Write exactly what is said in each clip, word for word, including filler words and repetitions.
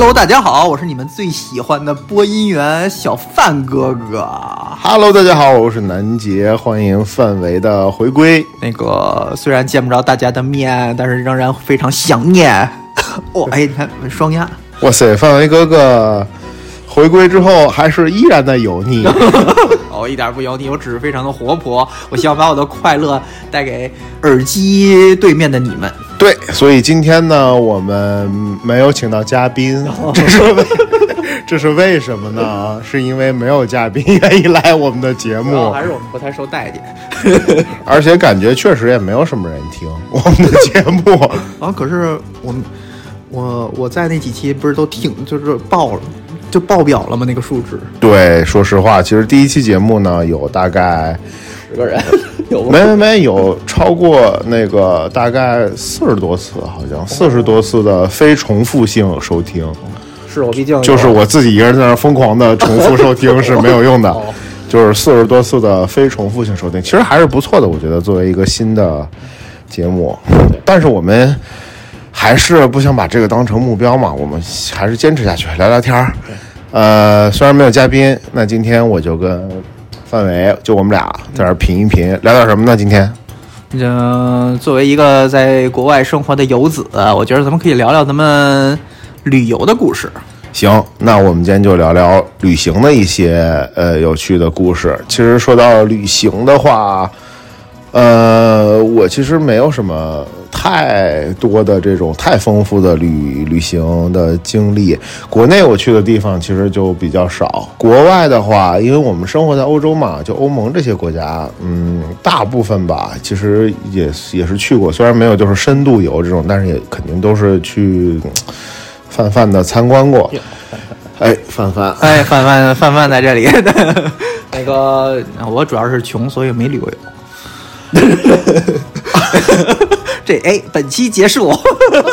Hello， 大家好，我是你们最喜欢的播音员小范哥哥。 Hello， 大家好，我是南杰，欢迎范围的回归。 那个虽然见不着大家的面，但是仍然非常想念。哦，哎，你看双鸭。 哇塞，范围哥哥回归之后还是依然的油腻。 哦，一点不油腻，我只是非常的活泼。我希望把我的快乐带给耳机对面的你们。 对，所以今天呢，我们没有请到嘉宾，这是为这是为什么呢？是因为没有嘉宾愿意来我们的节目， 还是我们不太受待见， 而且感觉确实也没有什么人听我们的节目啊。可是我们我我在那几期不是都听，就是爆了。就爆表了吗？那个数值？ 对，说实话，其实第一期节目呢，有大概十个人，有没没没有超过那个大概四十多次，好像四十多次的非重复性收听。 是我毕竟就是我自己一个人在那疯狂的重复收听是没有用的，哦、就是四十多次的非重复性收听，其实还是不错的，我觉得作为一个新的节目，但是我们。还是不想把这个当成目标嘛，我们还是坚持下去，聊聊天儿。呃，虽然没有嘉宾，那今天我就跟范伟，就我们俩在这儿品一品，聊点什么呢？今天， 嗯，作为一个在国外生活的游子，我觉得咱们可以聊聊咱们旅游的故事。 行，那我们今天就聊聊旅行的一些呃有趣的故事。其实说到旅行的话，呃，我其实没有什么。太多的这种太丰富的旅旅行的经历，国内我去的地方其实就比较少。国外的话，因为我们生活在欧洲嘛，就欧盟这些国家，嗯，大部分吧，其实也也是去过，虽然没有就是深度游这种，但是也肯定都是去泛泛的参观过。哎，范范， 哎，范范，范范在这里。那个，我主要是穷，所以没旅过游。这哎，本期结束。 啊、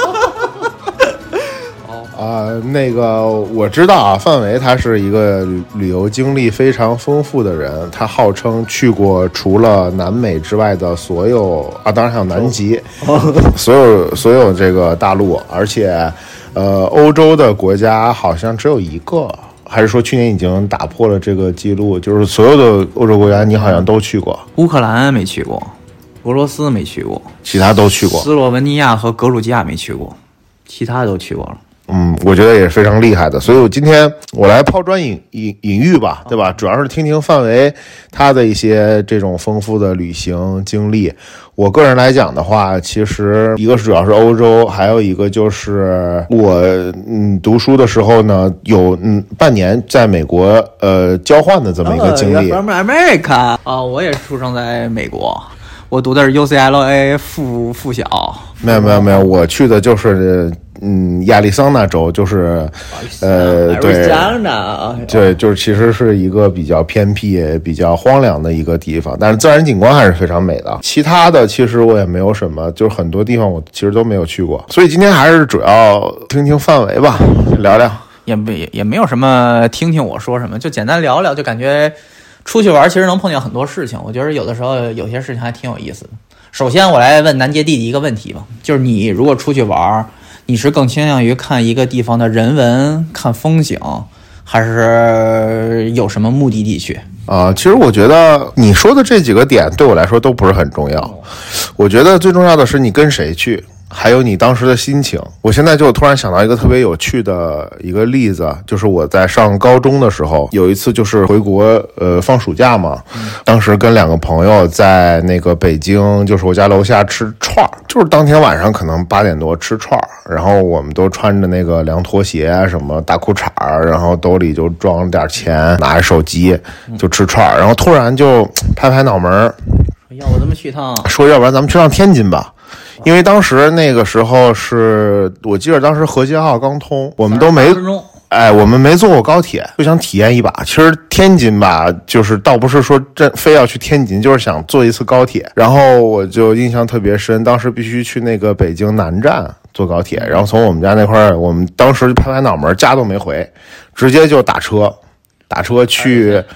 呃，那个我知道啊，范围他是一个旅旅游经历非常丰富的人，他号称去过除了南美之外的所有啊，当然还有南极，所有所有这个大陆，而且呃，欧洲的国家好像只有一个。还是说去年已经打破了这个记录，就是所有的欧洲国家你好像都去过。 乌克兰没去过，俄罗斯没去过， 其他都去过。 斯洛文尼亚和格鲁吉亚没去过，其他都去过了。 嗯，我觉得也是非常厉害的，所以我今天我来抛砖引引引玉吧，对吧？主要是听听范围他的一些这种丰富的旅行经历。我个人来讲的话，其实一个是主要是欧洲，还有一个就是我嗯读书的时候呢，有嗯半年在美国呃交换的这么一个经历。 Oh, from America 啊、哦，我也出生在美国。我读的是 U C L A 附附小， 没有没有没有，我去的就是嗯亚利桑那州，就是呃对，对，就是其实是一个比较偏僻、比较荒凉的一个地方，但是自然景观还是非常美的。其他的其实我也没有什么，就是很多地方我其实都没有去过，所以今天还是主要听听范围吧，聊聊， 也也也没有什么听听我说什么，就简单聊聊，就感觉。出去玩其实能碰见很多事情，我觉得有的时候有些事情还挺有意思的。首先我来问南杰弟弟一个问题吧，就是你如果出去玩，你是更倾向于看一个地方的人文、看风景，还是有什么目的地去？ 啊、呃，其实我觉得你说的这几个点对我来说都不是很重要，我觉得最重要的是你跟谁去。还有你当时的心情。我现在就突然想到一个特别有趣的一个例子，就是我在上高中的时候，有一次就是回国呃放暑假嘛，当时跟两个朋友在那个北京，就是我家楼下吃串儿，就是当天晚上可能八点多吃串儿，然后我们都穿着那个凉拖鞋什么大裤衩，然后兜里就装点钱，拿着手机就吃串儿，然后突然就拍拍脑门， 要不咱们去一趟， 说要不然咱们去趟天津吧。因为当时那个时候是我记得当时河街号刚通，我们都没哎，我们没坐过高铁，就想体验一把。其实天津吧，就是倒不是说真非要去天津，就是想坐一次高铁。然后我就印象特别深，当时必须去那个北京南站坐高铁，然后从我们家那块儿，我们当时拍拍脑门，家都没回，直接就打车，打车去。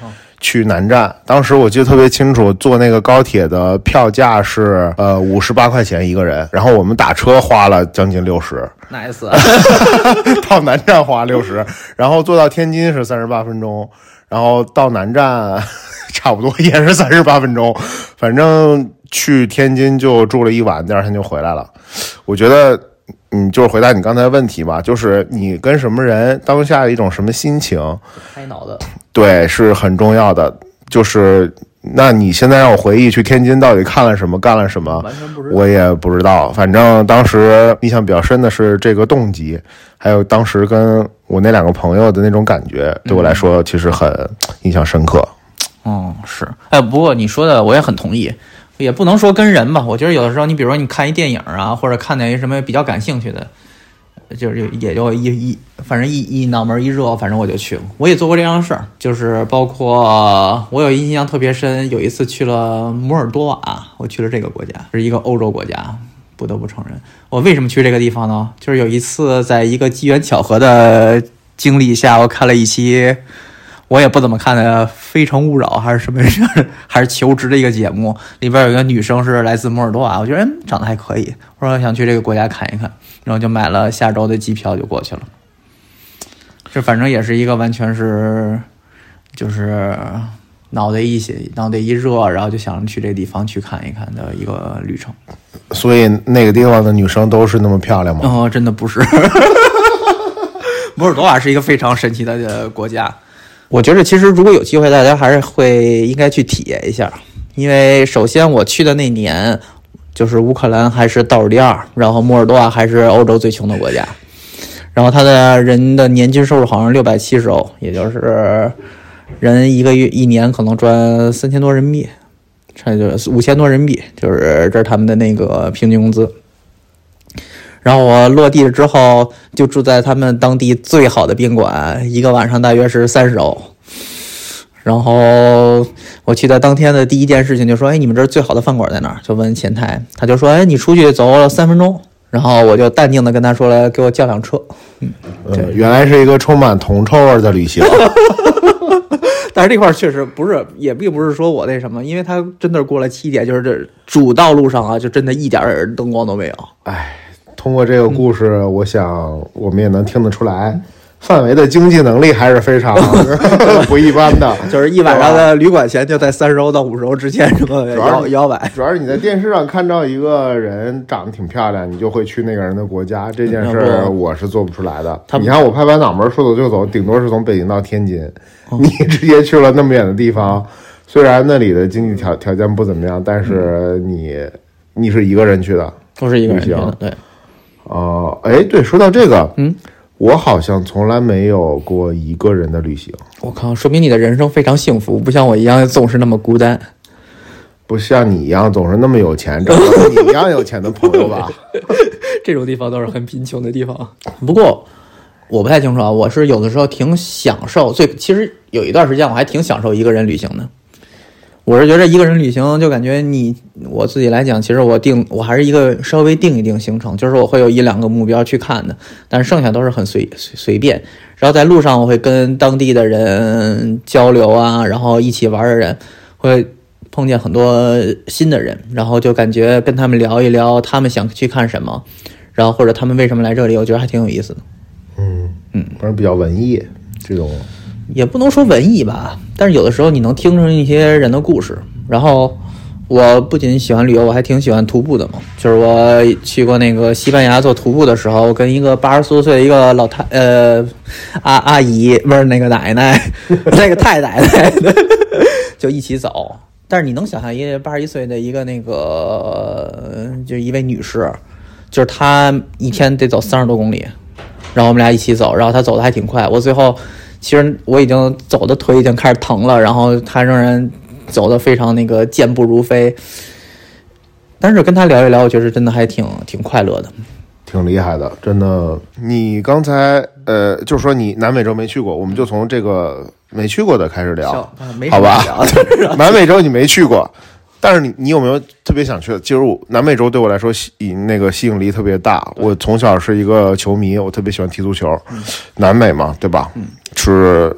去南站，当时我记得特别清楚，坐那个高铁的票价是呃五十八块钱一个人，然后我们打车花了将近六十。 nice 到南站花六十，然后坐到天津是三十八分钟，然后到南站差不多也是三十八分钟，反正去天津就住了一晚，第二天就回来了。我觉得嗯，就是回答你刚才问题吧，就是你跟什么人，当下一种什么心情， 开脑的， 对，是很重要的。就是那你现在让我回忆去天津到底看了什么，干了什么， 完全不知道， 我也不知道。反正当时印象比较深的是这个动机，还有当时跟我那两个朋友的那种感觉，对我来说其实很印象深刻。 嗯，是。哎，不过你说的我也很同意，也不能说跟人吧。我觉得有的时候，你比如说你看一电影啊，或者看点什么比较感兴趣的，就是也就一一，反正一一脑门一热，反正我就去了。我也做过这样的事儿，就是包括我有印象特别深，有一次去了摩尔多瓦，我去了这个国家，是一个欧洲国家。不得不承认，我为什么去这个地方呢？就是有一次在一个机缘巧合的经历下，我看了一期我也不怎么看的《非诚勿扰》还是什么还是求职的一个节目，里边有一个女生是来自摩尔多瓦，我觉得嗯长得还可以，我说想去这个国家看一看，然后就买了下周的机票就过去了。这反正也是一个完全是就是脑袋一洗脑袋一热，然后就想去这个地方去看一看的一个旅程。 所以那个地方的女生都是那么漂亮吗？ 哦，真的不是。摩尔多瓦是一个非常神奇的国家，我觉得其实如果有机会，大家还是会应该去体验一下。因为首先我去的那年，就是乌克兰还是倒数第二，然后摩尔多瓦还是欧洲最穷的国家，然后他的人的年均收入好像六百七十欧，也就是人一个月一年可能赚三千多人民币，这就是五千多人民币，就是这是他们的那个平均工资。然后我落地了之后，就住在他们当地最好的宾馆，一个晚上大约是三十欧。然后我去的当天的第一件事情就说：“哎，你们这儿最好的饭馆在哪儿？”就问前台，他就说：“哎，你出去走三分钟。”然后我就淡定的跟他说了：“给我叫辆车。”嗯， 呃，原来是一个充满铜臭味的旅行。 但是这块确实不是，也并不是说我那什么，因为他真的过了七点，就是这主道路上啊，就真的一点灯光都没有。 哎。通过这个故事，嗯、我想我们也能听得出来，范围的经济能力还是非常不一般的。 就是一晚上的旅馆钱就在三十欧到五十欧之间，这么摇摇摆。 主要是你在电视上看到一个人长得挺漂亮，你就会去那个人的国家。这件事我是做不出来的。你看我拍拍脑门说走就走，顶多是从北京到天津，嗯、你直接去了那么远的地方，虽然那里的经济条条件不怎么样，但是你、嗯、你是一个人去的， 都是一个人去的，对。 哦、呃，哎，对，说到这个，嗯，我好像从来没有过一个人的旅行。 我靠，说明你的人生非常幸福，不像我一样总是那么孤单， 不像你一样总是那么有钱，找到你一样有钱的朋友吧。 这种地方都是很贫穷的地方。不过我不太清楚啊，我是有的时候挺享受，最其实有一段时间我还挺享受一个人旅行的。我是觉得一个人旅行就感觉你我自己来讲，其实我定我还是一个稍微定一定行程，就是我会有一两个目标去看的，但是剩下都是很随随随便。然后在路上我会跟当地的人交流啊，然后一起玩的人会碰见很多新的人，然后就感觉跟他们聊一聊他们想去看什么，然后或者他们为什么来这里，我觉得还挺有意思的。 嗯嗯，反正比较文艺这种。 也不能说文艺吧，但是有的时候你能听成一些人的故事。然后我不仅喜欢旅游，我还挺喜欢徒步的嘛。就是我去过那个西班牙做徒步的时候，跟一个八十多岁的一个老太呃阿阿姨，不是那个奶奶，那个太奶奶就一起走。但是你能想象一个八十一岁的一个那个就一位女士，就是她一天得走三十多公里，然后我们俩一起走，然后她走的还挺快，我最后。其实我已经走的腿已经开始疼了，然后他仍然走得非常那个健步如飞。但是跟他聊一聊，我觉得真的还挺挺快乐的， 挺厉害的，真的。你刚才呃，就说你南美洲没去过，我们就从这个没去过的开始聊，好吧？南美洲你没去过，但是你你有没有特别想去的？其实我南美洲对我来说吸那个吸引力特别大。我从小是一个球迷，我特别喜欢踢足球，嗯、南美嘛，对吧？嗯，是当然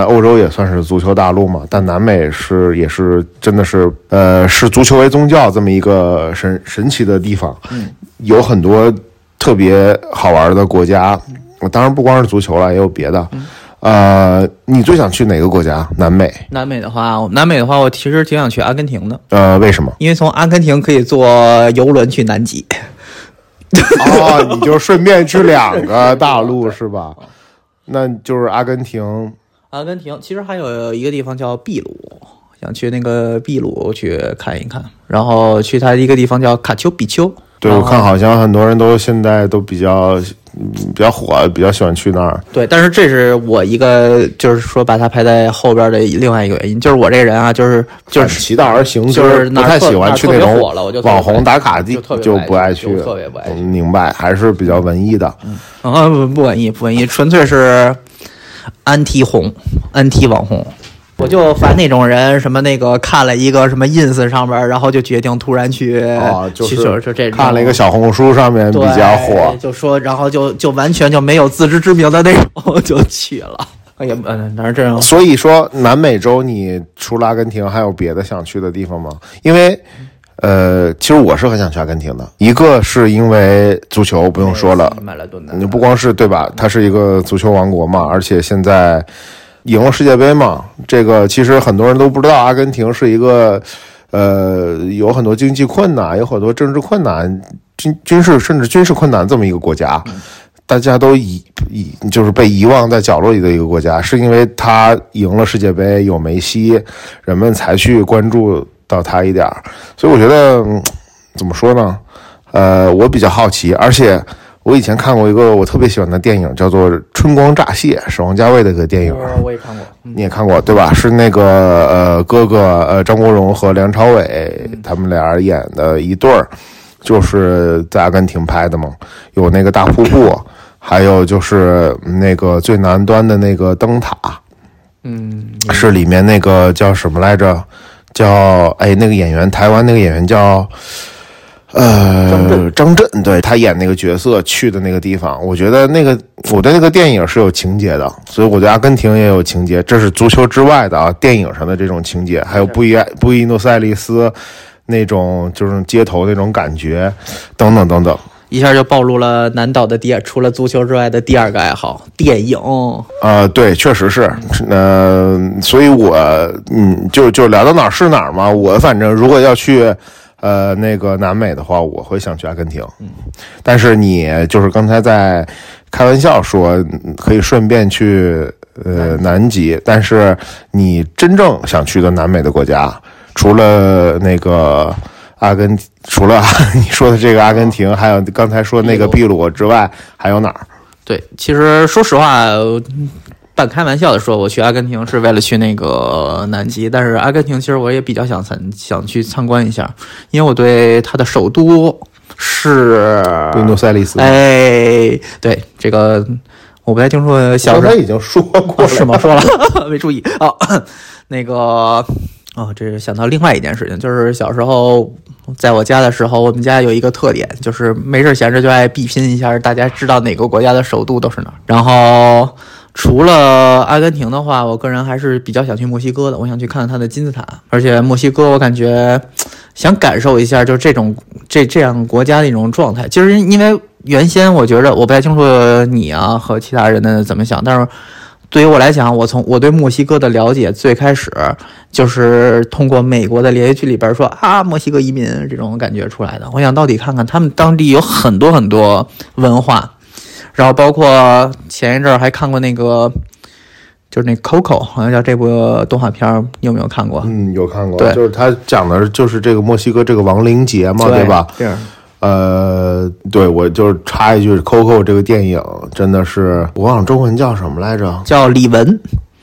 然欧洲也算是足球大陆嘛，但南美是也是真的是呃视足球为宗教这么一个神神奇的地方， 嗯， 有很多特别好玩的国家，当然不光是足球了，也有别的。 嗯呃，你最想去哪个国家？南美？ 南美的话，南美的话，我其实挺想去阿根廷的。 呃，为什么？ 因为从阿根廷可以坐游轮去南极。 哦，你就顺便去两个大陆是吧？那就是阿根廷。 阿根廷其实还有一个地方叫秘鲁，想去那个秘鲁去看一看，然后去它一个地方叫卡丘比丘。 对，我看好像很多人都现在都比较比较火，比较喜欢去那儿。 对，但是这是我一个就是说把它排在后边的另外一个原因，就是我这个人啊，就是就是其道而行之， 就是不太喜欢去那种网红打卡地， 就不爱去， 特别不爱去。 明白，还是比较文艺的。 嗯，啊不不文艺，不文艺，纯粹是安踢红，安踢网红。我就烦那种人，什么那个看了一个什么 ins 上边，然后就决定突然去， 哦，就是就就这种看了一个小红书上面比较火， 就说，然后就就完全就没有自知之明的那种就去了。哎呀，嗯，但是这样， 所以说南美洲，你除了阿根廷，还有别的想去的地方吗？因为，呃，其实我是很想去阿根廷的。一个是因为足球不用说了，你不光是对吧？它是一个足球王国嘛，而且现在赢了世界杯嘛，这个其实很多人都不知道，阿根廷是一个呃有很多经济困难，有很多政治困难、军军事甚至军事困难这么一个国家，大家都遗遗就是被遗忘在角落里的一个国家，是因为他赢了世界杯，有梅西，人们才去关注到他一点。所以我觉得、嗯、怎么说呢？呃，我比较好奇，而且。我以前看过一个我特别喜欢的电影，叫做《春光乍泄》，是王家卫的一个电影。 我也看过， 你也看过对吧？是那个呃哥哥呃张国荣和梁朝伟他们俩演的一对儿，就是在阿根廷拍的嘛，有那个大瀑布，还有就是那个最南端的那个灯塔， 嗯， 是里面那个叫什么来着？叫哎那个演员，台湾那个演员叫。呃，张震，张震，对他演那个角色去的那个地方，我觉得那个我对那个电影是有情节的，所以我对阿根廷也有情节。这是足球之外的啊，电影上的这种情节，还有布宜布宜诺斯艾利斯那种就是街头那种感觉，等等等等。 一下就暴露了南岛的第二，除了足球之外的第二个爱好——电影。 呃，对，确实是。呃，所以我嗯，就就聊到哪儿是哪儿嘛。我反正如果要去。呃，那个南美的话，我会想去阿根廷。嗯，但是你就是刚才在开玩笑说可以顺便去呃南极，但是你真正想去的南美的国家，除了那个阿根，除了你说的这个阿根廷，还有刚才说那个秘鲁之外，还有哪儿？ 对，其实说实话。半开玩笑的说，我去阿根廷是为了去那个南极，但是阿根廷其实我也比较想参想去参观一下，因为我对它的首都是布宜诺斯艾利斯。 哎，对这个我不太清楚。小时候已经说过了、 哦、是吗？说了没注意啊、哦。那个哦，这是想到另外一件事情，就是小时候在我家的时候，我们家有一个特点，就是没事闲着就爱比拼一下，大家知道哪个国家的首都都是哪儿，然后。除了阿根廷的话，我个人还是比较想去墨西哥的。我想去看看它的金字塔，而且墨西哥我感觉想感受一下，就这种这这样国家的一种状态。就是因为原先我觉得我不太清楚你啊和其他人的怎么想，但是对于我来讲，我从我对墨西哥的了解最开始就是通过美国的连续剧里边说啊墨西哥移民这种感觉出来的。我想到底看看他们当地有很多很多文化。然后包括前一阵还看过那个，就是那 Coco， 好像叫这部动画片，你有没有看过？ 嗯，有看过。 对， 就是他讲的就是这个墨西哥这个亡灵节嘛， 对, 对吧？ 对。 呃，对，我就插一句 ，Coco 这个电影真的是，我忘了中文叫什么来着？ 叫李玟。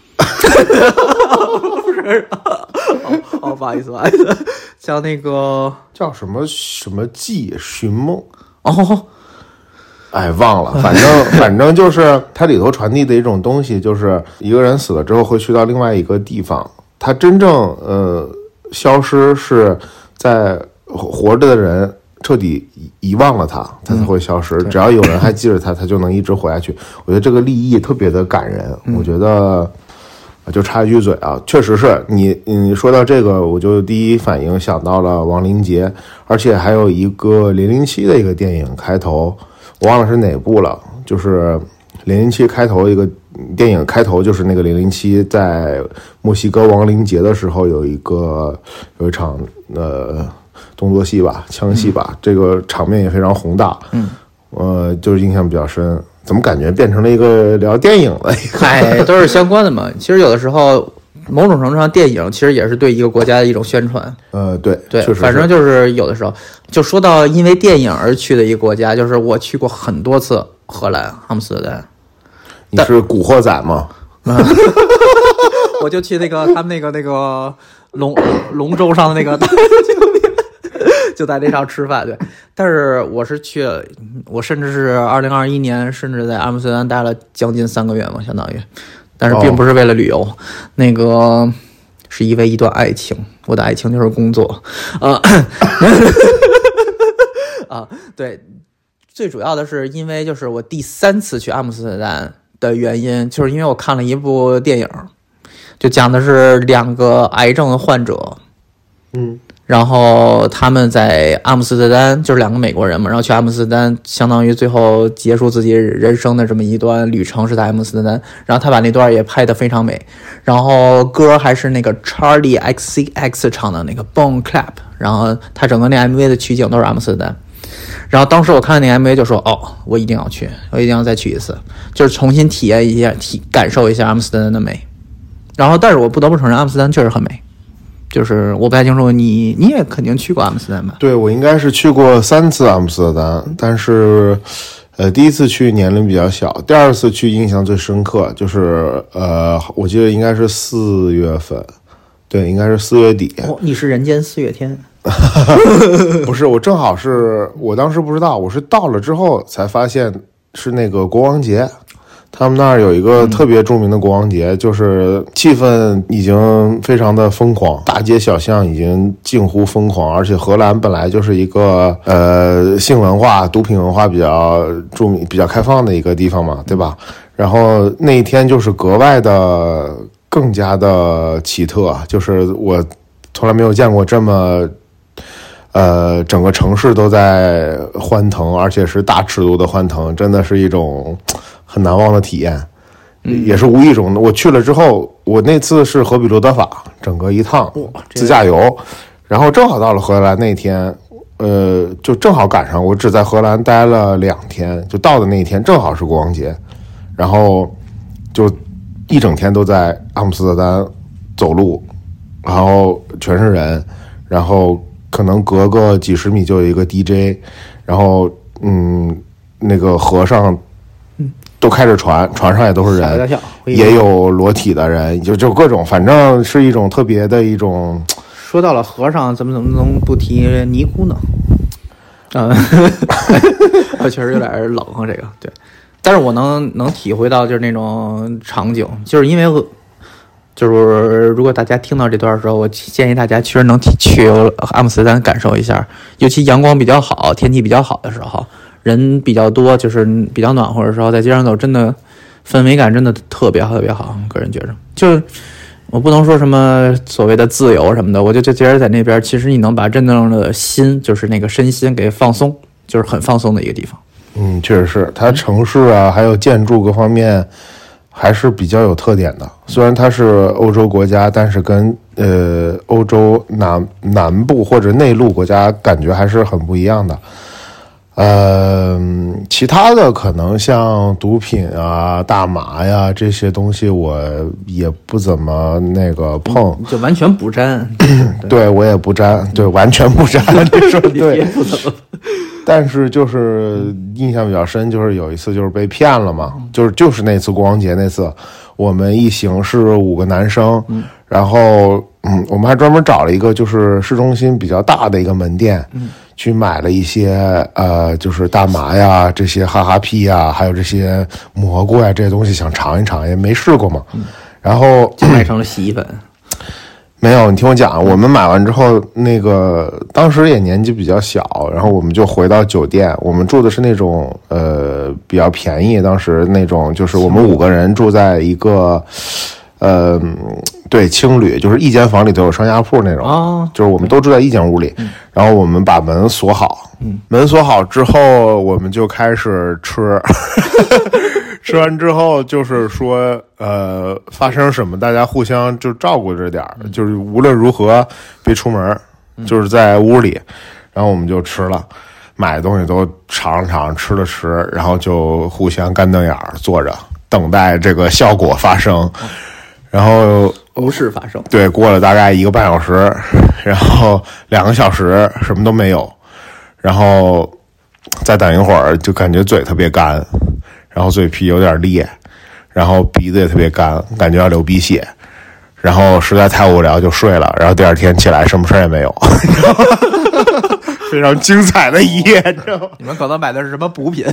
不是。哦, 哦，不好意思，不好意思，叫那个叫什么什么记寻梦。 哦。 哎，忘了，反正反正就是它里头传递的一种东西，就是一个人死了之后会去到另外一个地方，他真正呃消失是在活着的人彻底遗忘了他，他才会消失。嗯、只要有人还记着他，他就能一直活下去。我觉得这个立意特别的感人，嗯、我觉得。 就插一句嘴啊，确实是你你说到这个，我就第一反应想到了亡灵节，而且还有一个零零七的一个电影开头，我忘了是哪部了，就是零零七开头一个电影开头就是那个零零七在墨西哥亡灵节的时候有一个有一场呃动作戏吧，枪戏吧，嗯、这个场面也非常宏大， 嗯， 呃，就是印象比较深。怎么感觉变成了一个聊电影了？ 嗨，都是相关的嘛。其实有的时候，某种程度上，电影其实也是对一个国家的一种宣传。 呃，对对，反正就是有的时候，就说到因为电影而去的一个国家，就是我去过很多次荷兰阿姆斯特丹。 你是古惑仔吗？ 我就去那个他们那个那个龙龙舟上的那个。就在那上吃饭，对，但是我是去了，我甚至是二零二一年，甚至在阿姆斯特丹待了将近三个月嘛，相当于，但是并不是为了旅游，哦、那个是因为一段爱情，我的爱情就是工作，啊、呃，啊，对，最主要的是因为就是我第三次去阿姆斯特丹的原因，就是因为我看了一部电影，就讲的是两个癌症的患者， 嗯。 然后他们在阿姆斯特丹，就是两个美国人嘛，然后去阿姆斯特丹，相当于最后结束自己人生的这么一段旅程是在阿姆斯特丹。然后他把那段也拍得非常美，然后歌还是那个 Charlie X C X 唱的那个 Bone Clap， 然后他整个那 M V 的取景都是阿姆斯特丹。然后当时我看那 M V 就说，哦，我一定要去，我一定要再去一次，就是重新体验一下，体感受一下阿姆斯特丹的美。然后，但是我不得不承认，阿姆斯特丹确实很美。就是我不太清楚，你你也肯定去过阿姆斯特丹吧？ 对，我应该是去过三次阿姆斯特丹，但是，呃，第一次去年龄比较小，第二次去印象最深刻，就是呃，我记得应该是四月份，对，应该是四月底。 哦，你是人间四月天？ 不是，我正好是我当时不知道，我是到了之后才发现是那个国王节。他们那儿有一个特别著名的国王节，嗯、就是气氛已经非常的疯狂，大街小巷已经近乎疯狂，而且荷兰本来就是一个呃性文化、毒品文化比较著名、比较开放的一个地方嘛，对吧？然后那一天就是格外的更加的奇特，就是我从来没有见过这么。呃，整个城市都在欢腾，而且是大尺度的欢腾，真的是一种很难忘的体验，嗯、也是无意中的。我去了之后，我那次是荷比罗德法，整个一趟自驾游，然后正好到了荷兰那天，呃，就正好赶上我只在荷兰待了两天，就到的那一天正好是国王节，然后就一整天都在阿姆斯特丹走路，然后全是人，然后。可能隔个几十米就有一个 D J， 然后嗯，那个河上都开着船，船上也都是人，也有裸体的人，就就各种，反正是一种特别的一种。 说到了河上，怎么怎么能不提尼姑呢？嗯，确实有点冷啊，这个对，但是我能能体会到就是那种场景，就是因为。就是如果大家听到这段的时候，我建议大家确实能去阿姆斯特丹感受一下，尤其阳光比较好、天气比较好的时候，人比较多，就是比较暖和的时候，在街上走，真的氛围感真的特别特别好。个人觉着，就是我不能说什么所谓的自由什么的，我就就觉得在那边，其实你能把真正的心，就是那个身心给放松，就是很放松的一个地方。 嗯，确实是，它城市啊，还有建筑各方面。还是比较有特点的，虽然它是欧洲国家，但是跟呃欧洲南南部或者内陆国家感觉还是很不一样的。呃，其他的可能像毒品啊、大麻呀这些东西，我也不怎么那个碰， 就完全不沾。 对, 对我也不沾，对，完全不沾。这说对。但是就是印象比较深，就是有一次就是被骗了嘛，就是就是那次国王节那次，我们一行是五个男生， 嗯、 然后嗯，我们还专门找了一个就是市中心比较大的一个门店， 嗯、 去买了一些呃，就是大麻呀、这些哈哈屁呀，还有这些蘑菇呀这些东西，想尝一尝，也没试过嘛， 嗯、 然后就买成了洗衣粉。 没有，你听我讲，我们买完之后，那个当时也年纪比较小，然后我们就回到酒店，我们住的是那种呃比较便宜，当时那种就是我们五个人住在一个呃，对，青旅就是一间房里头有上下铺那种， 哦， 就是我们都住在一间屋里，嗯、然后我们把门锁好， 嗯、 门锁好之后，我们就开始吃，吃完之后就是说，呃，发生什么大家互相就照顾着点儿，嗯、就是无论如何别出门，嗯、就是在屋里，然后我们就吃了。买的东西都尝尝，吃了吃，然后就互相干瞪眼儿坐着等待这个效果发生，然后无事发生。 对，过了大概一个半小时，然后两个小时什么都没有，然后再等一会儿就感觉嘴特别干，然后嘴皮有点裂，然后鼻子也特别干，感觉要流鼻血，然后实在太无聊就睡了，然后第二天起来什么事也没有。非常精彩的一夜，你知道吗？ 你们可能买的是什么补品？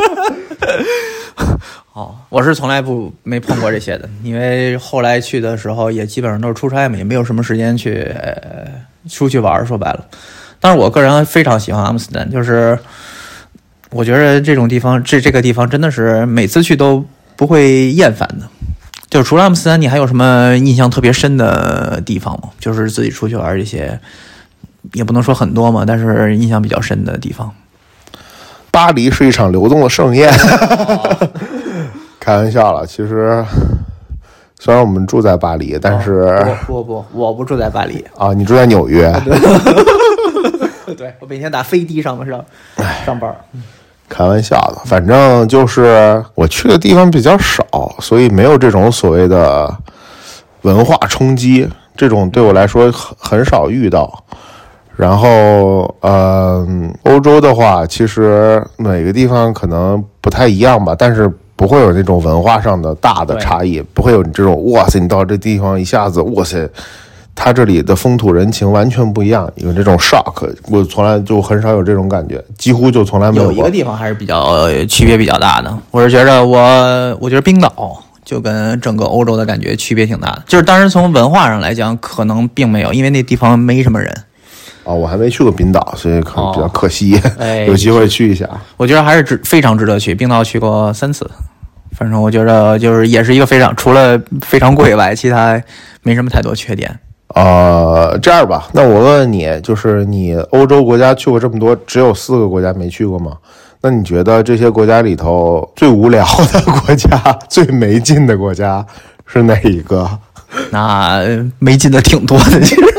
哦，我是从来不没碰过这些的，因为后来去的时候也基本上都是出差嘛，也没有什么时间去、呃、出去玩。说白了，但是我个人非常喜欢阿姆斯特丹，就是我觉得这种地方，这这个地方真的是每次去都不会厌烦的。就除了阿姆斯特丹，你还有什么印象特别深的地方吗？就是自己出去玩这些。也不能说很多嘛，但是印象比较深的地方。 巴黎是一场流动的盛宴，开玩笑了。其实虽然我们住在巴黎，但是、 哦、不不不，我不住在巴黎啊，你住在纽约。 对，我每天打飞的上面上上班。 开玩笑的，反正就是我去的地方比较少，所以没有这种所谓的文化冲击，这种对我来说很很少遇到。然后，呃，欧洲的话，其实每个地方可能不太一样吧，但是不会有那种文化上的大的差异，不会有你这种哇塞，你到这地方一下子哇塞，它这里的风土人情完全不一样，有这种 shock， 我从来就很少有这种感觉，几乎就从来没有过。 有一个地方还是比较、呃、区别比较大的，我是觉得我我觉得冰岛就跟整个欧洲的感觉区别挺大的，就是当然从文化上来讲，可能并没有，因为那地方没什么人。 哦，我还没去过冰岛，所以可能比较可惜，哦哎、有机会去一下。 我觉得还是值非常值得去，冰岛去过三次，反正我觉得就是也是一个非常除了非常贵外，其他没什么太多缺点。 呃，这样吧，那我问问你，就是你欧洲国家去过这么多，只有四个国家没去过吗？那你觉得这些国家里头最无聊的国家、最没劲的国家是哪一个？ 那没劲的挺多的，其实。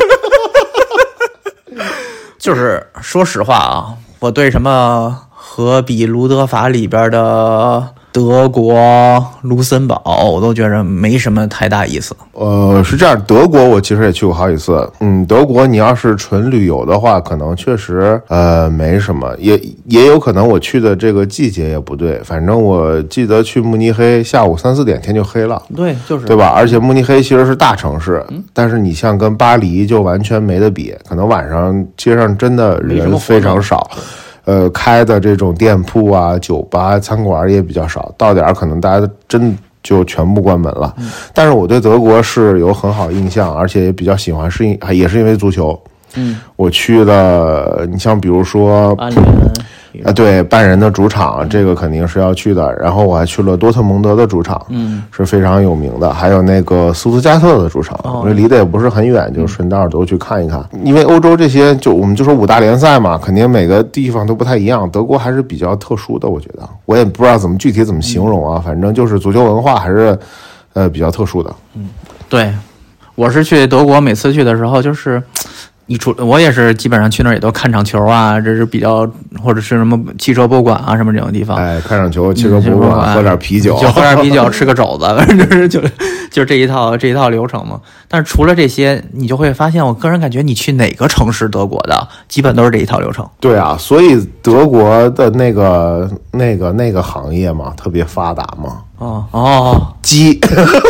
就是说实话啊，我对什么荷比卢德法里边的德国、卢森堡，我都觉得没什么太大意思。 呃，是这样，德国我其实也去过好几次。嗯，德国你要是纯旅游的话，可能确实呃没什么，也也有可能我去的这个季节也不对。反正我记得去慕尼黑，下午三四点天就黑了。 对，就是对吧？而且慕尼黑其实是大城市，嗯、但是你像跟巴黎就完全没得比，可能晚上街上真的人非常少。呃，开的这种店铺啊、酒吧、餐馆也比较少，到点可能大家真就全部关门了。嗯、但是我对德国是有很好印象，而且也比较喜欢，是因也是因为足球。 嗯， 我去了，你像比如说啊，对，拜仁的主场，这个肯定是要去的。然后我还去了多特蒙德的主场， 嗯， 是非常有名的。还有那个斯图加特的主场，因为离得也不是很远，就顺道都去看一看。因为欧洲这些，就我们就说五大联赛嘛，肯定每个地方都不太一样。德国还是比较特殊的，我觉得，我也不知道怎么具体怎么形容啊，反正就是足球文化还是呃比较特殊的。 嗯，对，我是去德国，每次去的时候就是。你出我也是基本上去那儿也都看场球啊，这是比较或者是什么汽车博物馆啊什么这种地方。 哎，看场球，汽车博物馆，嗯、喝点啤酒， 就喝点啤酒，吃个肘子，就是就就这一套这一套流程嘛。但是除了这些，你就会发现，我个人感觉你去哪个城市德国的，基本都是这一套流程。 对啊，所以德国的那个那个那个行业嘛，特别发达嘛。 哦哦， 鸡。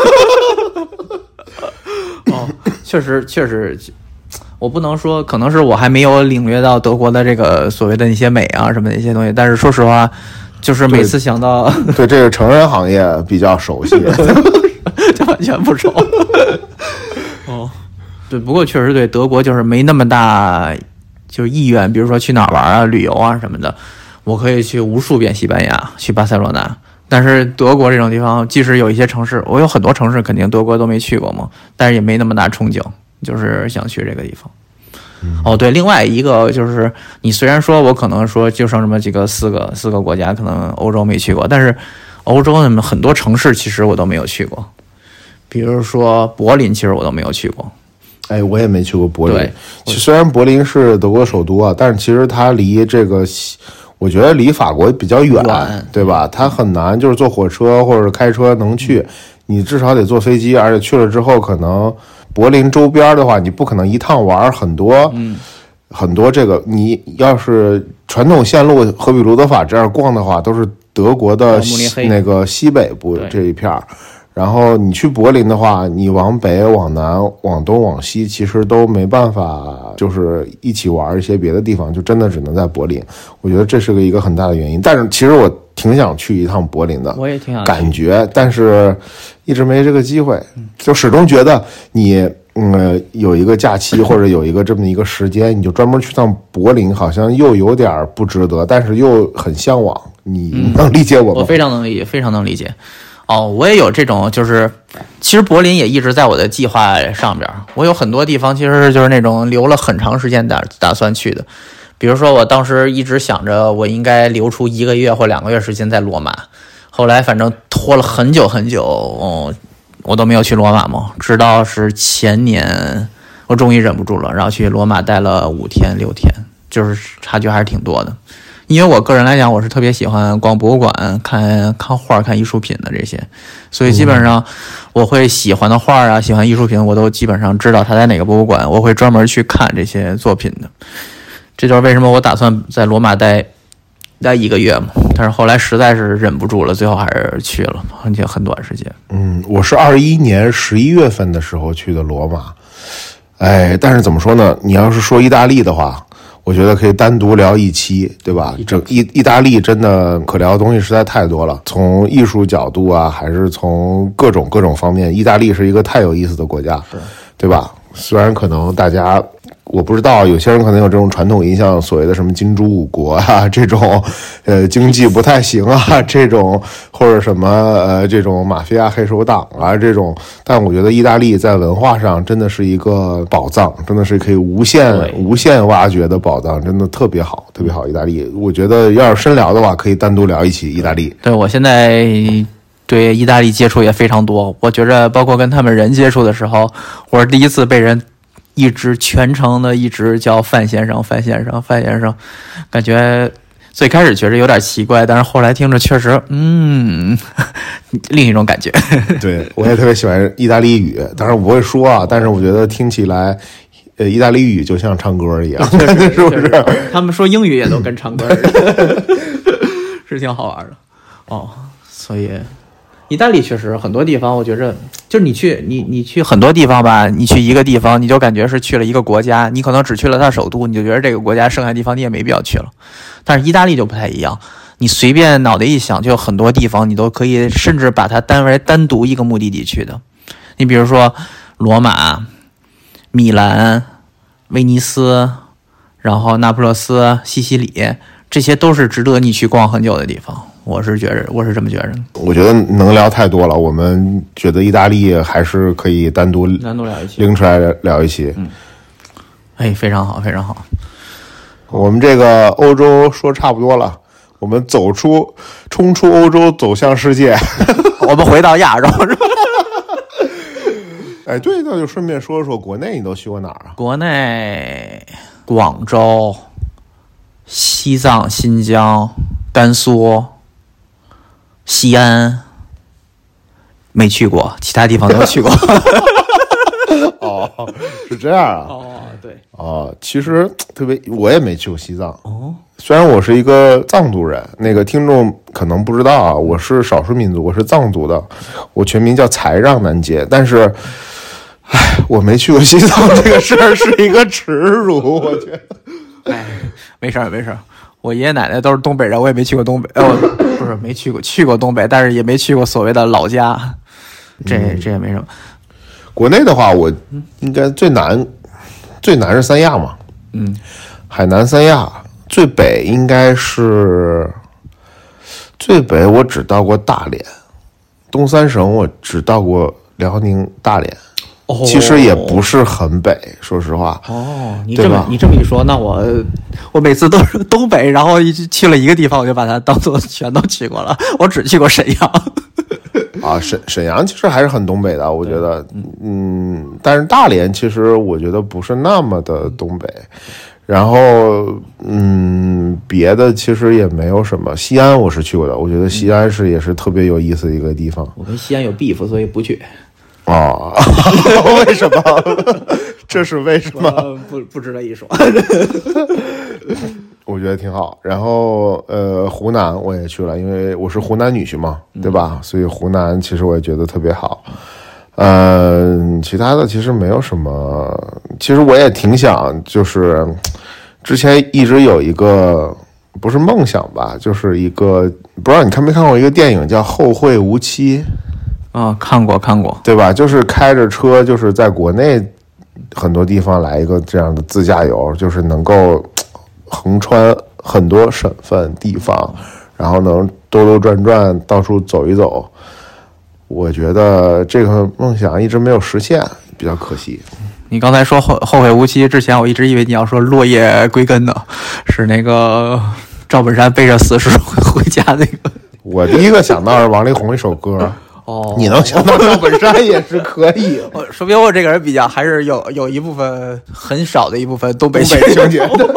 哦，确实确实。我不能说，可能是我还没有领略到德国的这个所谓的那些美啊什么的一些东西，但是说实话，就是每次想到对, 对这个成人行业比较熟悉， 就完全不熟。哦，对，不过确实对德国就是没那么大就是意愿，比如说去哪儿玩啊、旅游啊什么的，我可以去无数遍西班牙，去巴塞罗那， 但是德国这种地方，即使有一些城市，我有很多城市肯定德国都没去过嘛，但是也没那么大憧憬，就是想去这个地方。嗯、哦，对，另外一个就是你虽然说我可能说就剩这么几个四个四个国家，可能欧洲没去过，但是欧洲那么很多城市其实我都没有去过，比如说柏林，其实我都没有去过。 哎，我也没去过柏林。虽然柏林是德国首都啊，但是其实它离这个，我觉得离法国比较远，远对吧？它很难，就是坐火车或者开车能去，你至少得坐飞机，而且去了之后，可能柏林周边的话，你不可能一趟玩很多， 嗯， 很多这个，你要是传统线路，荷比卢德法这样逛的话，都是德国的那个西北部这一片儿。然后你去柏林的话，你往北、往南、往东、往西，其实都没办法，就是一起玩一些别的地方，就真的只能在柏林。我觉得这是个一个很大的原因。但是其实我挺想去一趟柏林的， 我也挺想感觉，但是一直没这个机会，就始终觉得你嗯有一个假期或者有一个这么一个时间，你就专门去趟柏林，好像又有点不值得，但是又很向往。你能理解我吗？ 我非常能理解，非常能理解。哦，我也有这种，就是其实柏林也一直在我的计划上边。我有很多地方其实就是那种留了很长时间打打算去的，比如说我当时一直想着我应该留出一个月或两个月时间在罗马，后来反正拖了很久很久，哦，我都没有去罗马嘛。直到是前年，我终于忍不住了，然后去罗马待了五天六天，就是差距还是挺多的。因为我个人来讲，我是特别喜欢逛博物馆、看看画、看艺术品的这些，所以基本上我会喜欢的画啊、喜欢艺术品，我都基本上知道它在哪个博物馆，我会专门去看这些作品的。这就是为什么我打算在罗马待待一个月嘛，但是后来实在是忍不住了，最后还是去了，而且很短时间。 嗯，我是二一年十一月份的时候去的罗马，哎，但是怎么说呢？你要是说意大利的话，我觉得可以单独聊一期，对吧？这意意大利真的可聊的东西实在太多了，从艺术角度啊，还是从各种各种方面，意大利是一个太有意思的国家，对吧？虽然可能大家我不知道，有些人可能有这种传统印象，所谓的什么金猪五国啊，这种呃经济不太行啊，这种或者什么呃这种马菲亚黑手党啊这种，但我觉得意大利在文化上真的是一个宝藏，真的是可以无限无限挖掘的宝藏，真的特别好，特别好。意大利，我觉得要是深聊的话，可以单独聊一起意大利。 对，我现在对意大利接触也非常多，我觉着包括跟他们人接触的时候，我是第一次被人一直全程的一直叫范先生范先生范先生，感觉最开始觉得有点奇怪，但是后来听着确实嗯另一种感觉。 对，我也特别喜欢意大利语，当然我不会说啊，但是我觉得听起来呃意大利语就像唱歌一样，是不是？ 他们说英语也都跟唱歌似的，是挺好玩的哦。所以意大利确实很多地方，我觉着就是你去你你去很多地方吧，你去一个地方，你就感觉是去了一个国家，你可能只去了它首都，你就觉得这个国家剩下地方你也没必要去了。但是意大利就不太一样，你随便脑袋一想，就有很多地方你都可以，甚至把它单为单独一个目的地去的。你比如说罗马、米兰、威尼斯，然后那不勒斯、西西里，这些都是值得你去逛很久的地方。我是觉得，我是这么觉着。 我觉得能聊太多了，我们觉得意大利还是可以单独单独聊一期， 拎出来聊一期。 嗯，哎，非常好，非常好。 我们这个欧洲说差不多了，我们走出，冲出欧洲，走向世界。 我们回到亚洲。 哎，对，那就顺便说说国内你都去过哪儿啊？ 国内，广州、西藏、新疆、甘肃。西安没去过，其他地方都去过。 哦，是这样啊。 哦，对。 哦，其实特别，我也没去过西藏。哦，虽然我是一个藏族人，那个听众可能不知道啊，我是少数民族，我是藏族的，我全名叫才让南街，但是，唉，我没去过西藏这个事儿是一个耻辱，我觉得。 哎，没事儿，没事儿。我爷爷奶奶都是东北人，我也没去过东北，呃，不是没去过，去过东北，但是也没去过所谓的老家，这这也没什么。 国内的话，我应该最南，最南是三亚嘛， 嗯， 海南三亚，最北应该是最北我只到过大连，东三省我只到过辽宁大连。 哦， 其实也不是很北，说实话。 哦，你这么你这么一说，那我我每次都是东北，然后去了一个地方，我就把它当做全都去过了。我只去过沈阳。 啊，沈沈阳其实还是很东北的，我觉得，嗯，但是大连其实我觉得不是那么的东北。然后，嗯，别的其实也没有什么。西安我是去过的，我觉得西安是也是特别有意思的一个地方。 我跟西安有 beef， 所以不去。 哦，为什么？这是为什么？ 不不值得一说。 我觉得挺好。然后呃，湖南我也去了，因为我是湖南女婿嘛，对吧？嗯、所以湖南其实我也觉得特别好。嗯、呃，其他的其实没有什么。其实我也挺想，就是之前一直有一个不是梦想吧，就是一个不知道你看没看过一个电影叫《后会无期》。 啊、哦，看过看过， 对吧？就是开着车，就是在国内很多地方来一个这样的自驾游，就是能够横穿很多省份地方，然后能兜兜转转，到处走一走。我觉得这个梦想一直没有实现，比较可惜。 你刚才说后后会无期之前，我一直以为你要说落叶归根呢，是那个赵本山背着死尸回家那个。 我第一个想到是王力宏一首歌。哦，你能想到赵本山也是可以， 说明我这个人比较还是有有一部分很少的一部分东北情节的。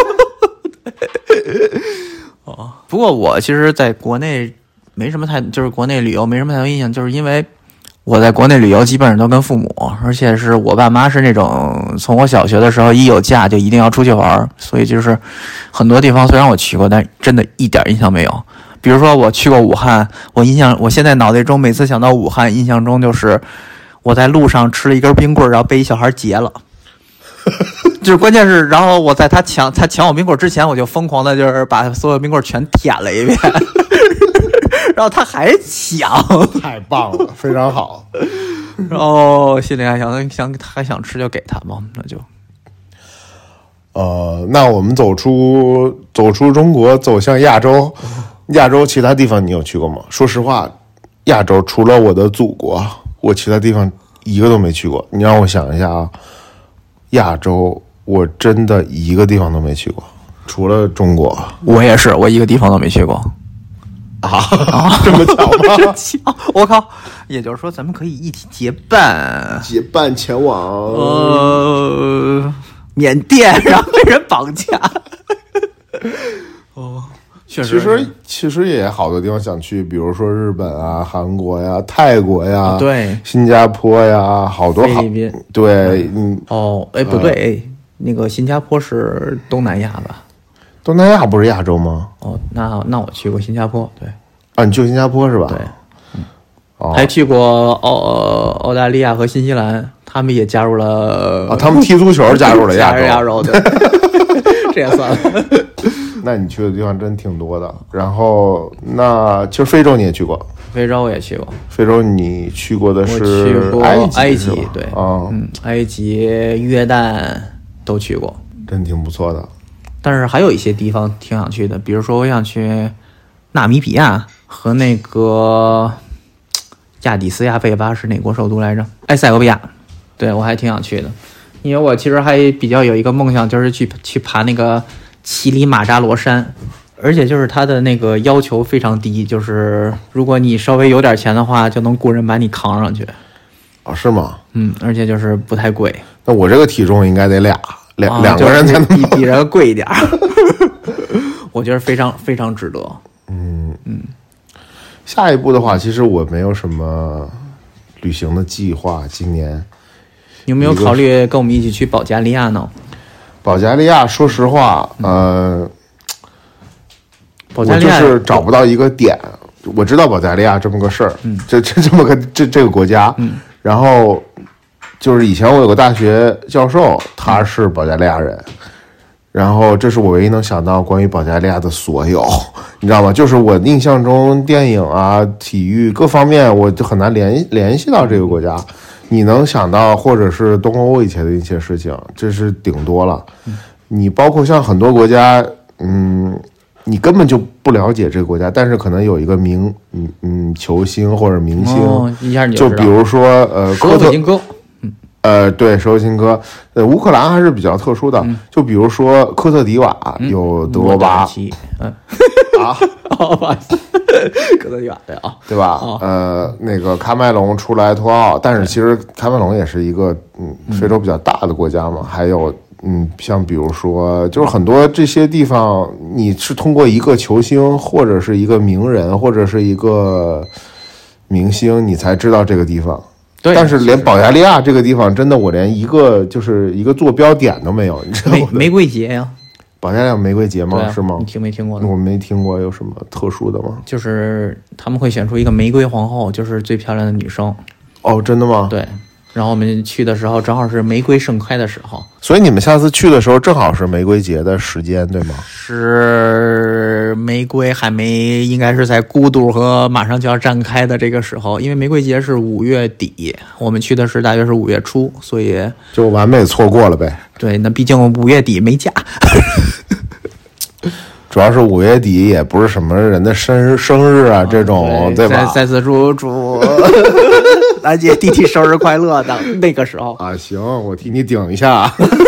哦，不过我其实在国内没什么太，就是国内旅游没什么太多印象，就是因为我在国内旅游基本上都跟父母，而且是我爸妈是那种从我小学的时候一有假就一定要出去玩，所以就是很多地方虽然我去过，但真的一点印象没有。比如说我去过武汉，我印象我现在脑袋中每次想到武汉，印象中就是我在路上吃了一根冰棍，然后被一小孩劫了。就是关键是，然后我在他抢他抢我冰棍之前，我就疯狂的就是把所有冰棍全舔了一遍，然后他还抢， 太棒了，非常好。 然后心里还想想还想吃就给他嘛，那就。 呃，那我们走出走出中国，走向亚洲。亚洲其他地方你有去过吗？说实话，亚洲除了我的祖国，我其他地方一个都没去过。你让我想一下啊，亚洲我真的一个地方都没去过，除了中国。 我也是，我一个地方都没去过。 啊，啊这么巧吗？ 巧！我靠！也就是说，咱们可以一起结伴， 结伴前往呃缅甸，然后被人绑架。哦。 其实其实也好多地方想去，比如说日本啊、韩国呀、泰国呀、 啊、对、 新加坡呀，好多好。 菲律宾对，嗯， 哦，哎，不对，呃、那个新加坡是东南亚吧？ 东南亚不是亚洲吗？ 哦，那那我去过新加坡，对。 啊，你去过新加坡是吧？ 对，嗯，哦、还去过澳澳大利亚和新西兰，他们也加入了。 啊，他们踢足球加入了亚洲。 亚洲，对，这也算了。 那你去的地方真挺多的。然后，那其实非洲你也去过， 非洲我也去过。 非洲你去过的是去过埃及， 埃及对啊， 嗯，埃及、约旦都去过， 真挺不错的。 但是还有一些地方挺想去的，比如说我想去纳米比亚和那个亚的斯亚贝巴是哪国首都来着？埃塞俄比亚。对，我还挺想去的，因为我其实还比较有一个梦想，就是去去爬那个乞力马扎罗山，而且就是它的那个要求非常低，就是如果你稍微有点钱的话，就能雇人把你扛上去。 哦，是吗？ 嗯，而且就是不太贵。 那我这个体重应该得俩两、啊、两个人才能比比人贵一点。我觉得非常非常值得。 嗯嗯。下一步的话，其实我没有什么旅行的计划，今年。 你有没有考虑跟我们一起去保加利亚呢？ 保加利亚，说实话，呃， 保加利亚我就是找不到一个点。我知道保加利亚这么个事儿，嗯，这这这么个这这个国家， 嗯， 然后就是以前我有个大学教授，他是保加利亚人，嗯、然后这是我唯一能想到关于保加利亚的所有，你知道吗？就是我印象中电影啊、体育各方面，我就很难联联系到这个国家。你能想到，或者是东欧以前的一些事情，这是顶多了。你包括像很多国家，嗯， 你根本就不了解这个国家，但是可能有一个明嗯嗯球星或者明星， 哦、一下你就比如说呃科特金哥， 嗯呃对舍甫琴科，呃乌克兰还是比较特殊的，嗯、就比如说科特迪瓦、嗯、有德罗巴， 嗯啊， 哦不好意思，科特迪瓦对啊， 对吧？哦、呃那个喀麦隆出来脱奥，但是其实喀麦隆也是一个嗯非洲比较大的国家嘛，嗯、还有。嗯，像比如说，就是很多这些地方，你是通过一个球星，或者是一个名人，或者是一个明星，你才知道这个地方。 对， 但是连保加利亚这个地方，真的我连一个就是一个坐标点都没有，你知道吗？ 玫瑰节呀， 保加利亚玫瑰节吗？ 啊、 是吗？ 你听没听过呢？ 我没听过，有什么特殊的吗？ 就是他们会选出一个玫瑰皇后，就是最漂亮的女生。 哦，真的吗？ 对。然后我们去的时候正好是玫瑰盛开的时候， 所以你们下次去的时候正好是玫瑰节的时间，对吗？ 是玫瑰还没，应该是在孤独和马上就要绽开的这个时候，因为玫瑰节是五月底，我们去的是大约是五月初，所以就完美错过了呗。 对，那毕竟五月底没假。 主要是五月底也不是什么人的生日生日啊，这种、 嗯、 对, 对吧？ 再次祝祝兰姐弟弟生日快乐的那个时候啊，行，我替你顶一下。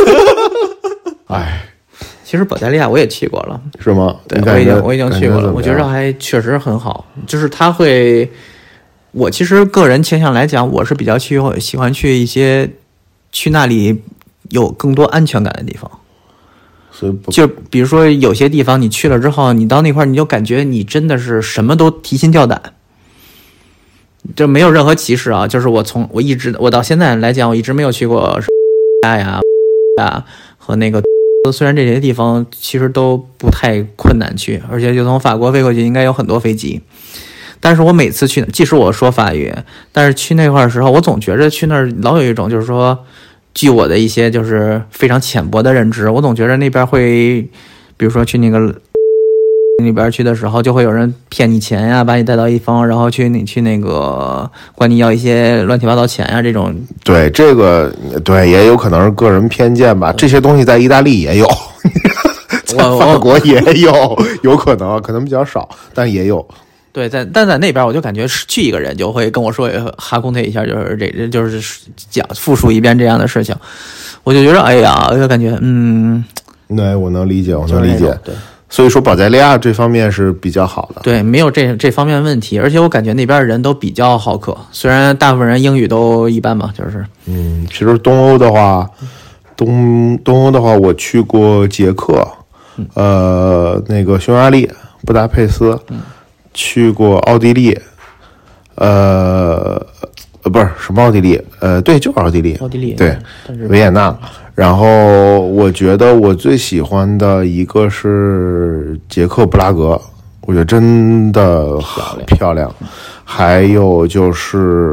哎， 其实保加利亚我也去过了， 是吗？ 对，我已经我已经去过了，我觉得还确实很好。就是他会，我其实个人倾向来讲，我是比较去喜欢去一些去那里有更多安全感的地方。 所以不就比如说有些地方你去了之后，你到那块你就感觉你真的是什么都提心吊胆，就没有任何歧视啊。就是我从我一直我到现在来讲，我一直没有去过呀呀呀和那个，虽然这些地方其实都不太困难去，而且就从法国飞过去应该有很多飞机。但是我每次去，即使我说法语，但是去那块的时候，我总觉着去那儿老有一种就是说。据我的一些就是非常浅薄的认知，我总觉得那边会，比如说去那个那边去的时候，就会有人骗你钱呀，把你带到一方，然后去你去那个管你要一些乱七八糟钱呀这种。 对，这个对也有可能是个人偏见吧。这些东西在意大利也有，在法国也有，有可能可能比较少，但也有。 对，在但在那边我就感觉去一个人就会跟我说哈空特一下，就是这就是讲复述一遍这样的事情，我就觉得哎呀，我就感觉嗯， 对，我能理解，我能理解。 对， 所以说保加利亚这方面是比较好的， 对，没有这这方面问题，而且我感觉那边人都比较好客，虽然大部分人英语都一般吧，就是嗯，其实东欧的话，东东欧的话，我去过捷克，呃，那个匈牙利布达佩斯。嗯，去过奥地利，呃，呃，不是什么奥地利，呃，对，就是奥地利， 奥地利， 对，维也纳。然后我觉得我最喜欢的一个是捷克布拉格，我觉得真的很漂亮。还有就是，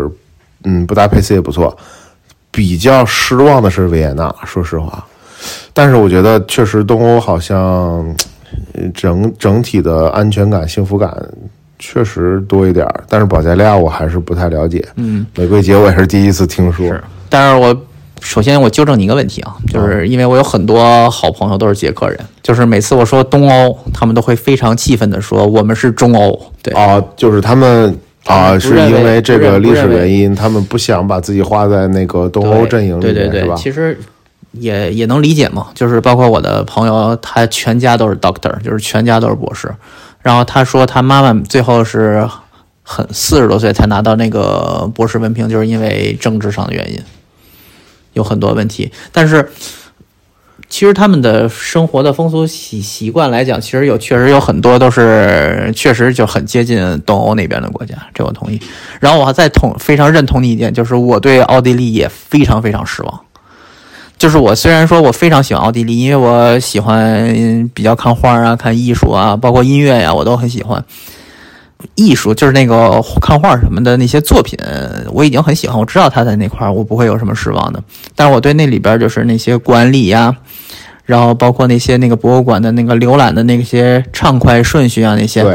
嗯，布达佩斯也不错。比较失望的是维也纳，说实话。但是我觉得确实东欧好像。整整体的安全感、幸福感确实多一点，但是保加利亚我还是不太了解。嗯，玫瑰节我也是第一次听说。 是，但是我首先我纠正你一个问题啊，就是因为我有很多好朋友都是捷克人，就是每次我说东欧，他们都会非常气愤的说我们是中欧。对啊，就是他们啊，是因为这个历史原因，他们不想把自己划在那个东欧阵营里面， 对对对， 是吧？ 其实。也也能理解嘛，就是包括我的朋友，他全家都是 doctor， 就是全家都是博士。然后他说他妈妈最后是很四十多岁才拿到那个博士文凭，就是因为政治上的原因，有很多问题。但是其实他们的生活的风俗习习惯来讲，其实有确实有很多都是确实就很接近东欧那边的国家，这我同意。然后我还再同非常认同的一点就是，我对奥地利也非常非常失望。就是我虽然说我非常喜欢奥地利，因为我喜欢比较看画啊、看艺术啊，包括音乐呀、啊，我都很喜欢。艺术就是那个看画什么的那些作品，我已经很喜欢，我知道他在那块儿，我不会有什么失望的。但是我对那里边就是那些管理呀、啊，然后包括那些那个博物馆的那个浏览的那些畅快顺序啊，那些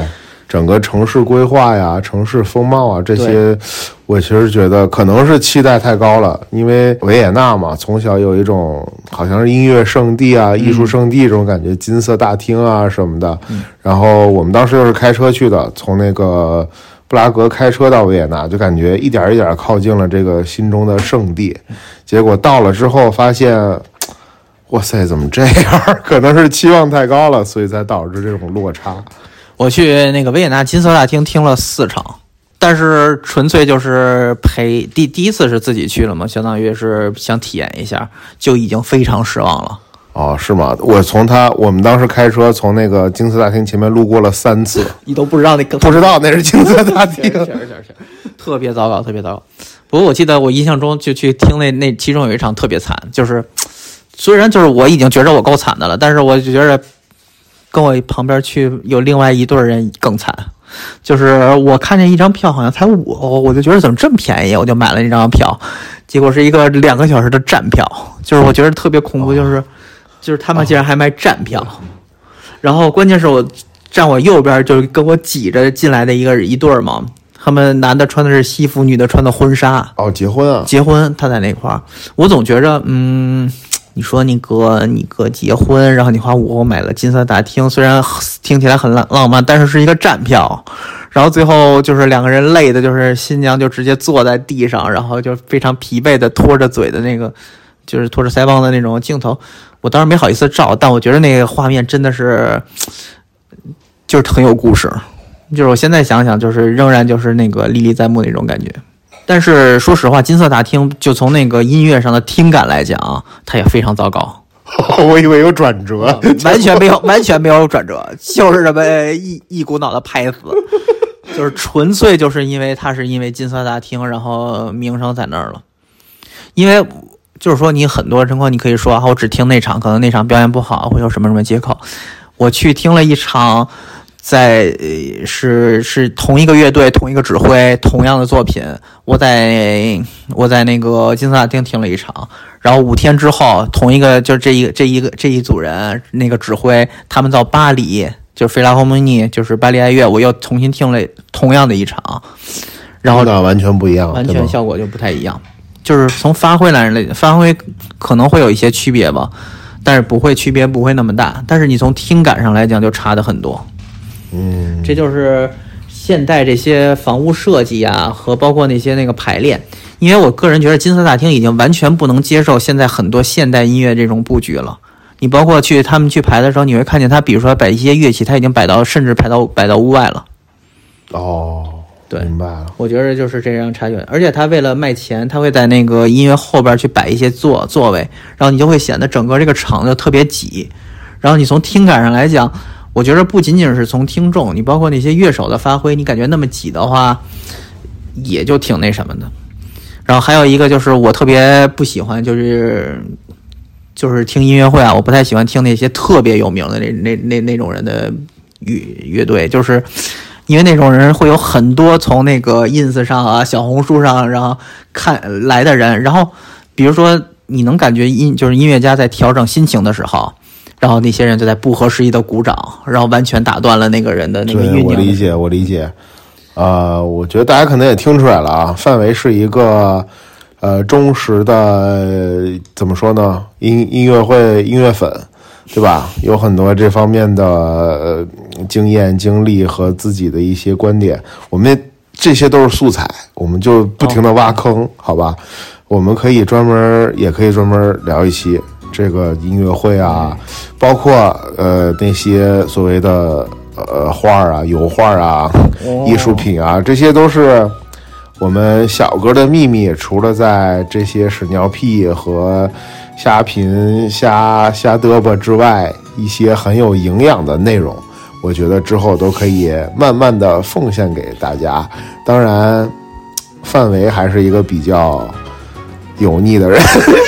整个城市规划呀、城市风貌啊这些，我其实觉得可能是期待太高了，因为维也纳嘛，从小有一种好像是音乐圣地啊、艺术圣地这种感觉，金色大厅啊什么的。 嗯、 然后我们当时又是开车去的，从那个布拉格开车到维也纳，就感觉一点一点靠近了这个心中的圣地。结果到了之后发现，哇塞，怎么这样？可能是期望太高了，所以才导致这种落差。 我去那个维也纳金色大厅听了四场，但是纯粹就是陪第第一次是自己去了嘛，相当于是想体验一下，就已经非常失望了。 哦，是吗？我从他，我们当时开车从那个金色大厅前面路过了三次， 你都不知道那个不知道那是金色大厅， 是是是，特别糟糕，特别糟糕。不过我记得我印象中就去听那那其中有一场特别惨，就是虽然就是我已经觉得我够惨的了，但是我就觉得跟我旁边去有另外一对人更惨。就是我看见一张票好像才五欧，我就觉得怎么这么便宜，我就买了那张票，结果是一个两个小时的站票，就是我觉得特别恐怖，就是就是他们竟然还卖站票，然后关键是我站我右边就是跟我挤着进来的一个一对嘛，他们男的穿的是西服，女的穿的婚纱。 哦，结婚啊？ 结婚，他在那块儿，我总觉着，嗯。你说你哥你哥结婚，然后你花五欧买了金色大厅，虽然听起来很浪浪漫，但是是一个站票。然后最后就是两个人累的，就是新娘就直接坐在地上，然后就非常疲惫的拖着嘴的那个，就是拖着腮帮的那种镜头。我当时没好意思照，但我觉得那个画面真的是，就是很有故事。就是我现在想想，就是仍然就是那个历历在目那种感觉。但是说实话，金色大厅就从那个音乐上的听感来讲，它也非常糟糕。 我以为有转折， 完全没有，完全没有转折，就是这么一一股脑的拍死，就是纯粹就是因为它是因为金色大厅，然后名声在那儿了。因为就是说，你很多情况你可以说啊，我只听那场，可能那场表演不好，会有什么什么借口。我去听了一场。在是是同一个乐队同一个指挥同样的作品，我在我在那个金色大厅听了一场，然后五天之后同一个就是这一个这一个这一组人那个指挥他们到巴黎就是菲拉霍莫尼就是巴黎爱乐，我又重新听了同样的一场，然后完全不一样， 完全效果就不太一样，就是从发挥来发挥可能会有一些区别吧，但是不会区别不会那么大，但是你从听感上来讲就差的很多。 嗯， 这就是现代这些房屋设计啊，和包括那些那个排练。因为我个人觉得金色大厅已经完全不能接受现在很多现代音乐这种布局了。你包括去他们去排的时候，你会看见他，比如说摆一些乐器，他已经摆到甚至摆到摆到屋外了。 哦， 对， 明白了。 我觉得就是这样差距，而且他为了卖钱，他会在那个音乐后边去摆一些座座位，然后你就会显得整个这个场就特别挤。然后你从听感上来讲。我觉得不仅仅是从听众，你包括那些乐手的发挥，你感觉那么挤的话，也就挺那什么的。然后还有一个就是我特别不喜欢，就是就是听音乐会啊，我不太喜欢听那些特别有名的那那那那种人的乐乐队，就是因为那种人会有很多从那个 ins 上啊、小红书上然后看来的人，然后比如说你能感觉音就是音乐家在调整心情的时候。然后那些人就在不合时宜的鼓掌，然后完全打断了那个人的那个酝酿。 我理解，我理解。呃，我觉得大家可能也听出来了啊，范围是一个呃忠实的怎么说呢？音音乐会音乐粉，对吧？有很多这方面的、呃、经验、经历和自己的一些观点。我们这些都是素材，我们就不停的挖坑，哦、好吧？我们可以专门，也可以专门聊一期。这个音乐会啊，包括呃那些所谓的呃画啊、油画啊、艺术品啊，这些都是我们小哥的秘密。除了在这些屎尿屁和瞎贫、瞎瞎嘚啵之外，一些很有营养的内容，我觉得之后都可以慢慢的奉献给大家。当然，范围还是一个比较油腻的人。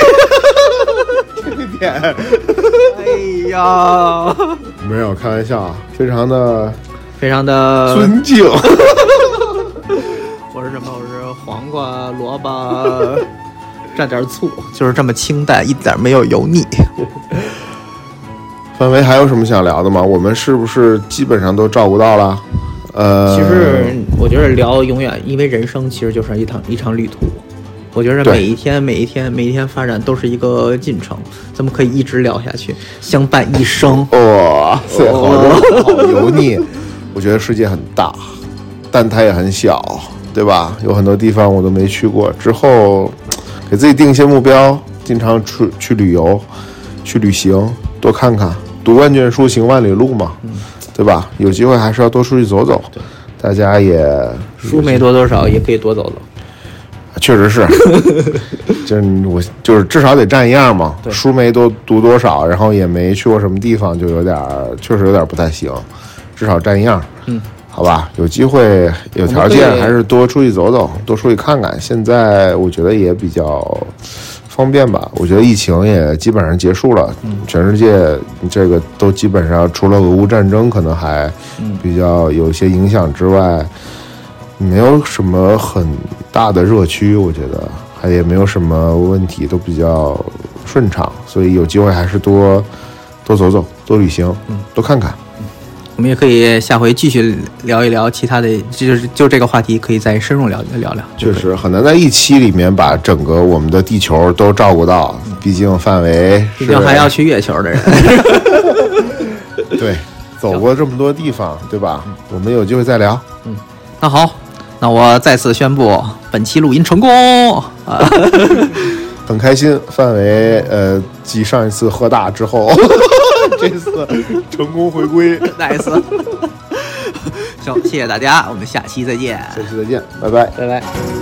哎呀， 没有开玩笑啊，非常的非常的尊敬。 我是什么？我是黄瓜、萝卜，蘸点醋，就是这么清淡，一点没有油腻。 范围还有什么想聊的吗？我们是不是基本上都照顾到了？ 呃， 其实我觉得聊永远，因为人生其实就是一趟一场旅途。我觉得每一天每一天每一天发展都是一个进程，咱们可以一直聊下去，相伴一生。 哇塞，好好油腻。我觉得世界很大，但它也很小，对吧？有很多地方我都没去过。之后给自己定一些目标，经常出去旅游，去旅行，多看看，读万卷书，行万里路嘛，嗯、对吧？有机会还是要多出去走走。大家也书没多多少，也可以多走走。 确实是，就是我就是至少得占一样嘛。书没多读多少，然后也没去过什么地方，就有点确实有点不太行。至少占一样，嗯，好吧。有机会有条件还是多出去走走，多出去看看。现在我觉得也比较方便吧。我觉得疫情也基本上结束了，嗯、全世界这个都基本上除了俄乌战争可能还比较有一些影响之外。没有什么很大的热区，我觉得还也没有什么问题，都比较顺畅，所以有机会还是多多走走，多旅行，嗯，多看看。 我们也可以下回继续聊一聊其他的，就是就这个话题可以再深入聊聊聊。 确实很难在一期里面把整个我们的地球都照顾到，毕竟范围， 毕竟还要去月球的人。 对，走过这么多地方，对吧？我们有机会再聊。 嗯，那好。那我再次宣布，本期录音成功啊！ 很开心，范围呃，继上一次喝大之后，这次成功回归 ，nice。行，谢谢大家，我们下期再见。 下期再见，拜拜， 拜拜。